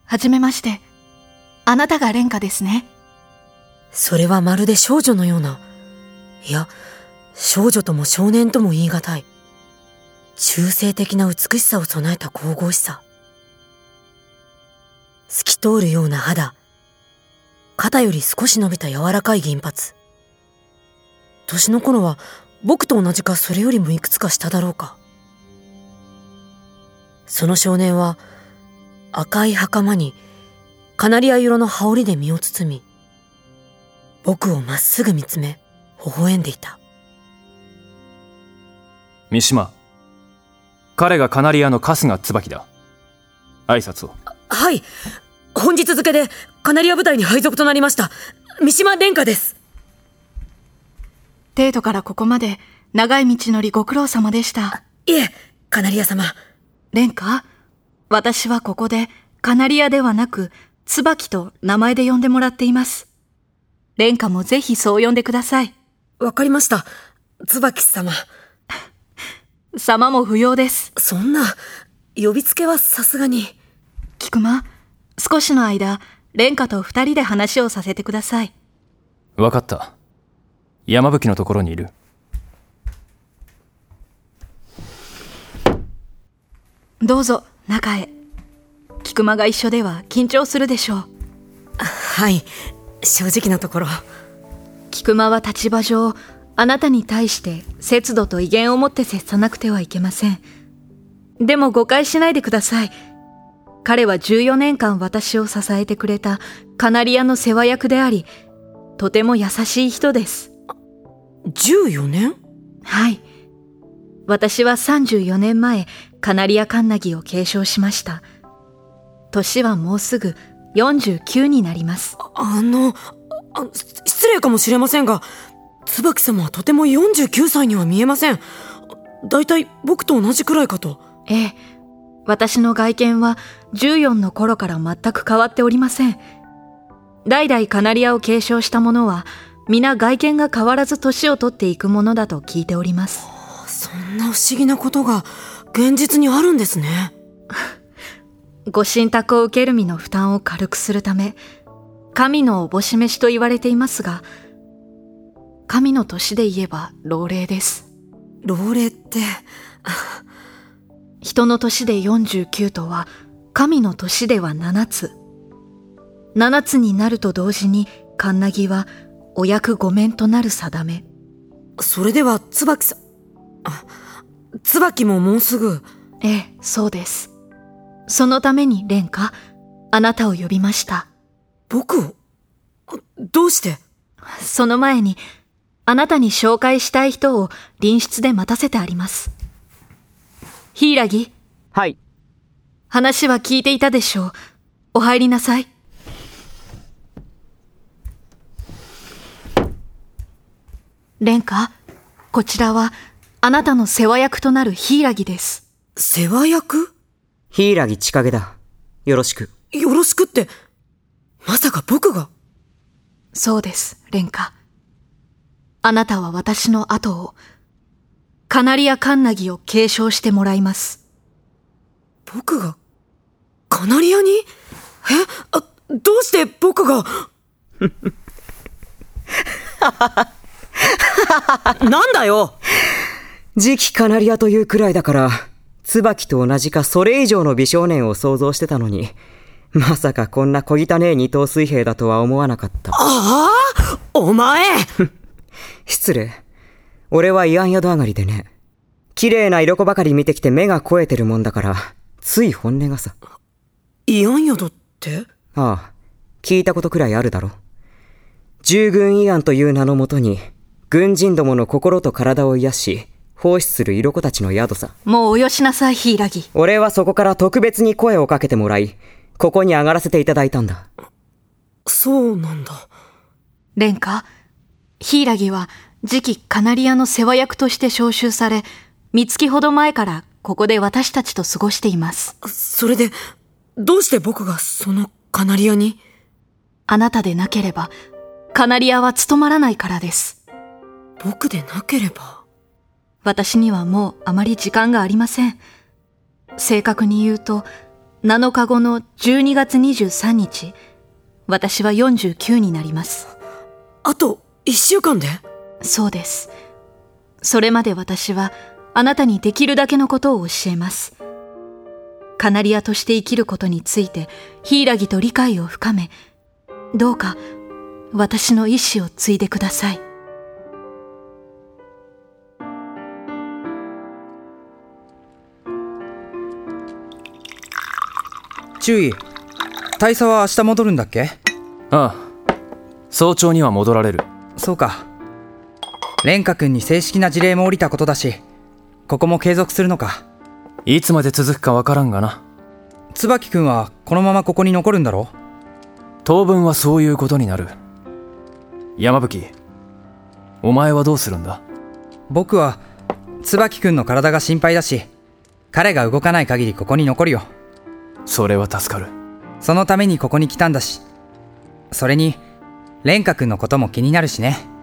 はじめまして。あなたが蓮華ですね。 それはまるで少女のような。いや、少女とも少年とも言い難い。中性的な美しさを備えた神々しさ。透き通るような肌。肩より少し伸びた柔らかい銀髪。年の頃は僕と同じかそれよりもいくつか下だろうか。その少年は赤い袴にカナリア色の羽織で身を包み、僕をまっすぐ見つめ微笑んでいた。 三島、彼がカナリアの春日椿だ。挨拶を。 はい、本日付でカナリア部隊に配属となりました三島蓮華です。 帝都からここまで長い道のりご苦労様でした。 いえ、カナリア様。 蓮華、私はここでカナリアではなく椿と名前で呼んでもらっています。蓮華もぜひそう呼んでください。 わかりました、椿様。 様も不要です。 そんな呼びつけはさすがに。 菊間、少しの間蓮華と二人で話をさせてください。 わかった。山吹のところにいる。 どうぞ中へ。菊間が一緒では緊張するでしょう。 はい、正直なところ。 菊間は立場上あなたに対して節度と威厳を持って接さなくてはいけません。でも誤解しないでください。彼は14年間私を支えてくれたカナリアの世話役であり、とても優しい人です。 14年？ はい。私は34年前、カナリアカンナギを継承しました。年はもうすぐ49になります。 失礼かもしれませんが、椿様はとても49歳には見えません。だいたい僕と同じくらいかと。 ええ。私の外見は14の頃から全く変わっておりません。代々カナリアを継承した者は、皆外見が変わらず年を取っていくものだと聞いております。 そんな不思議なことが現実にあるんですね。 ご神託を受ける身の負担を軽くするため、神のおぼし飯と言われていますが、神の年で言えば老齢です。 老齢って、 人の年で49とは、神の年では7つ。7つになると同時に、カンナギはお役御免となる定め。 それでは椿ももうすぐ。 ええ、そうです。そのために蓮華、あなたを呼びました。 僕を？どうして？ その前に、あなたに紹介したい人を隣室で待たせてあります。柊。 はい。 話は聞いていたでしょう。お入りなさい。蓮華、こちらはあなたの世話役となる柊です。 世話役？ 柊千景だ。よろしく。 よろしくって、まさか僕が？ そうです、蓮華。あなたは私の後を、カナリアカンナギを継承してもらいます。 僕がカナリアに？どうして僕が？なんだよ。 次期カナリアというくらいだから、椿と同じかそれ以上の美少年を想像してたのに、まさかこんな小汚ねえ二等水兵だとは思わなかった。 ああ、お前失礼。俺は慰安宿上がりでね。綺麗な色子ばかり見てきて目が肥えてるもんだから、つい本音がさ。 慰安宿って？ ああ、聞いたことくらいあるだろ。従軍慰安という名のもとに、軍人どもの心と体を癒し、奉仕する色子たちの宿さ。 もうおよしなさい、柊。 俺はそこから特別に声をかけてもらい、ここに上がらせていただいたんだ。 そうなんだ。 蓮華、柊は次期カナリアの世話役として招集され、3月ほど前からここで私たちと過ごしています。 それで、どうして僕がそのカナリアに？ あなたでなければ、カナリアは務まらないからです。 僕でなければ？ 私にはもうあまり時間がありません。正確に言うと、 7日後の12月23日、私は49になります。 あと1週間で？ そうです。それまで私はあなたにできるだけのことを教えます。カナリアとして生きることについて柊と理解を深め、どうか私の意志を継いでください。 注意。大佐は明日戻るんだっけ？ ああ、早朝には戻られる。 そうか。蓮華君に正式な辞令も下りたことだし、ここも継続するのか。 いつまで続くかわからんがな。 椿君はこのままここに残るんだろ？ 当分はそういうことになる。山吹、お前はどうするんだ？ 僕は椿君の体が心配だし、彼が動かない限りここに残るよ。 それは助かる。 そのためにここに来たんだし、それに蓮華君のことも気になるしね。